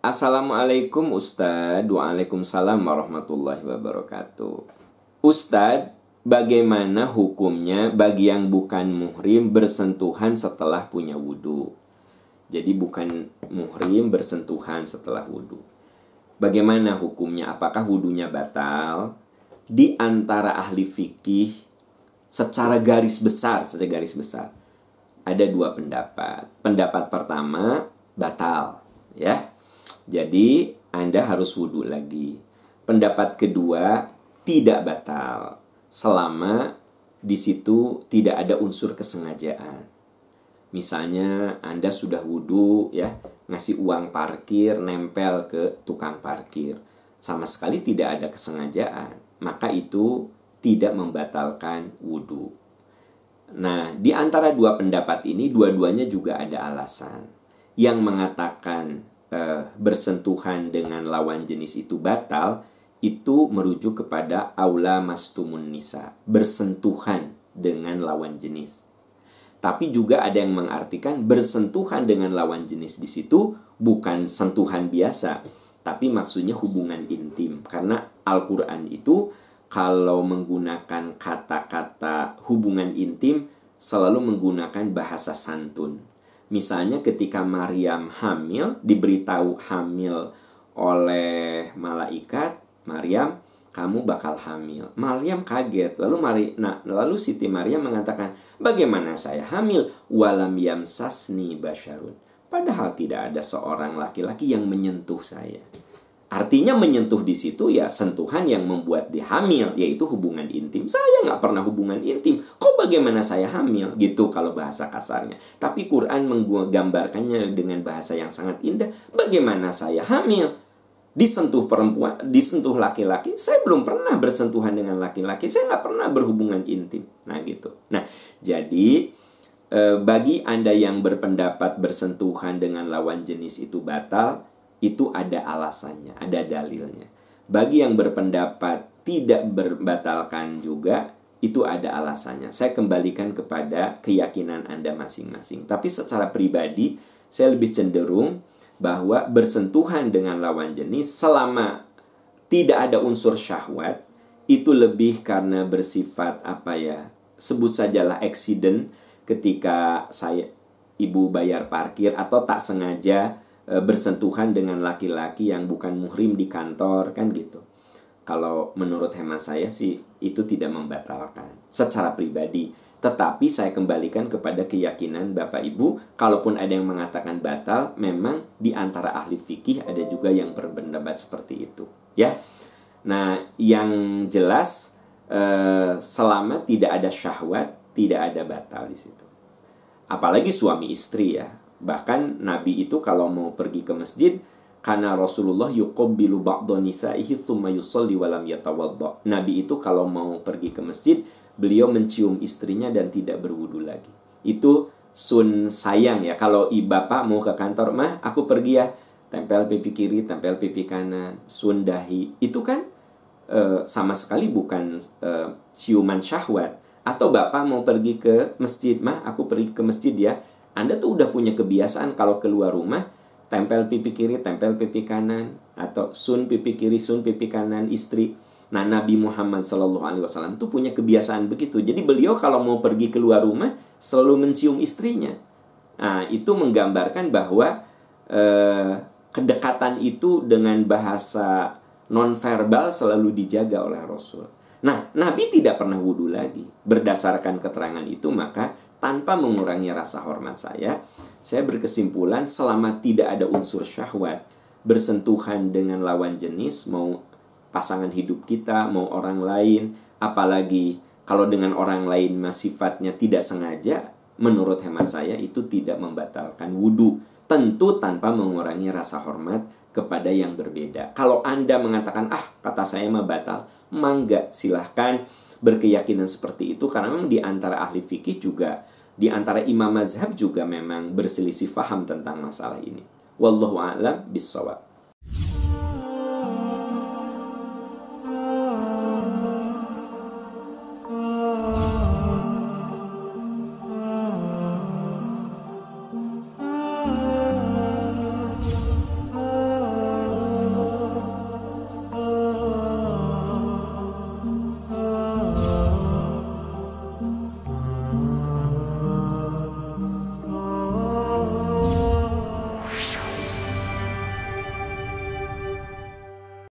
Assalamualaikum Ustadz. Waalaikumsalam warahmatullahi wabarakatuh. Ustadz, bagaimana hukumnya bagi yang bukan muhrim bersentuhan setelah punya wudhu? Jadi bukan muhrim bersentuhan setelah wudhu. Bagaimana hukumnya? Apakah wudhunya batal? Di antara ahli fikih secara garis besar ada dua pendapat. Pendapat pertama batal, ya. Jadi Anda harus wudhu lagi. Pendapat kedua tidak batal selama di situ tidak ada unsur kesengajaan. Misalnya Anda sudah wudhu, ya, ngasih uang parkir nempel ke tukang parkir, sama sekali tidak ada kesengajaan, maka itu tidak membatalkan wudhu. Nah, di antara dua pendapat ini, dua-duanya juga ada alasan. Yang mengatakan bersentuhan dengan lawan jenis itu batal, itu merujuk kepada aula mastumun nisa, bersentuhan dengan lawan jenis. Tapi juga ada yang mengartikan bersentuhan dengan lawan jenis di situ bukan sentuhan biasa, tapi maksudnya hubungan intim. Karena Al-Quran itu kalau menggunakan kata-kata hubungan intim selalu menggunakan bahasa santun. Misalnya ketika Maryam hamil, diberitahu hamil oleh malaikat, Maryam, kamu bakal hamil. Maryam kaget. Lalu Siti Maryam mengatakan, bagaimana saya hamil? Walam yamsasni basyarun. Padahal tidak ada seorang laki-laki yang menyentuh saya. Artinya menyentuh di situ ya sentuhan yang membuat dia hamil, yaitu hubungan intim. Saya nggak pernah hubungan intim. Kok bagaimana saya hamil? Gitu kalau bahasa kasarnya. Tapi Quran menggambarkannya dengan bahasa yang sangat indah. Bagaimana saya hamil? Disentuh perempuan, disentuh laki-laki. Saya belum pernah bersentuhan dengan laki-laki. Saya nggak pernah berhubungan intim. Nah gitu. Nah jadi bagi Anda yang berpendapat bersentuhan dengan lawan jenis itu batal, itu ada alasannya, ada dalilnya. Bagi yang berpendapat tidak berbatalkan juga, itu ada alasannya. Saya kembalikan kepada keyakinan Anda masing-masing. Tapi secara pribadi, saya lebih cenderung bahwa bersentuhan dengan lawan jenis selama tidak ada unsur syahwat, itu lebih karena bersifat sebut sajalah accident ketika ibu bayar parkir atau tak sengaja bersentuhan dengan laki-laki yang bukan muhrim di kantor, kan gitu. Kalau menurut hemat saya sih itu tidak membatalkan secara pribadi. Tetapi saya kembalikan kepada keyakinan Bapak Ibu. Kalaupun ada yang mengatakan batal, memang di antara ahli fikih ada juga yang berpendapat seperti itu, ya. Nah, yang jelas selama tidak ada syahwat, tidak ada batal di situ. Apalagi suami istri, ya. Bahkan Nabi itu kalau mau pergi ke masjid, karena Rasulullah yuqabbilu ba'dha nisaihi tsumma yusalli wa lam yatawadda. Nabi itu kalau mau pergi ke masjid, beliau mencium istrinya dan tidak berwudu lagi. Itu sun sayang, ya. Kalau bapak mau ke kantor, mah aku pergi ya, tempel pipi kiri, tempel pipi kanan, sun dahi. Itu kan sama sekali bukan ciuman syahwat. Atau bapak mau pergi ke masjid, mah aku pergi ke masjid ya. Anda tuh udah punya kebiasaan kalau keluar rumah, tempel pipi kiri, tempel pipi kanan, atau sun pipi kiri, sun pipi kanan istri. Nah, Nabi Muhammad SAW tuh punya kebiasaan begitu. Jadi beliau kalau mau pergi keluar rumah, selalu mencium istrinya. Nah, itu menggambarkan bahwa kedekatan itu dengan bahasa nonverbal selalu dijaga oleh Rasul. Nah, Nabi tidak pernah wudhu lagi. Berdasarkan keterangan itu, maka tanpa mengurangi rasa hormat saya berkesimpulan selama tidak ada unsur syahwat, bersentuhan dengan lawan jenis, mau pasangan hidup kita, mau orang lain, apalagi kalau dengan orang lain sifatnya tidak sengaja, menurut hemat saya itu tidak membatalkan wudhu. Tentu tanpa mengurangi rasa hormat kepada yang berbeda. Kalau Anda mengatakan, kata saya mah batal, mangga, silahkan berkeyakinan seperti itu. Karena memang di antara ahli fikih juga, di antara imam mazhab juga memang berselisih faham tentang masalah ini. Wallahu a'lam bishawab.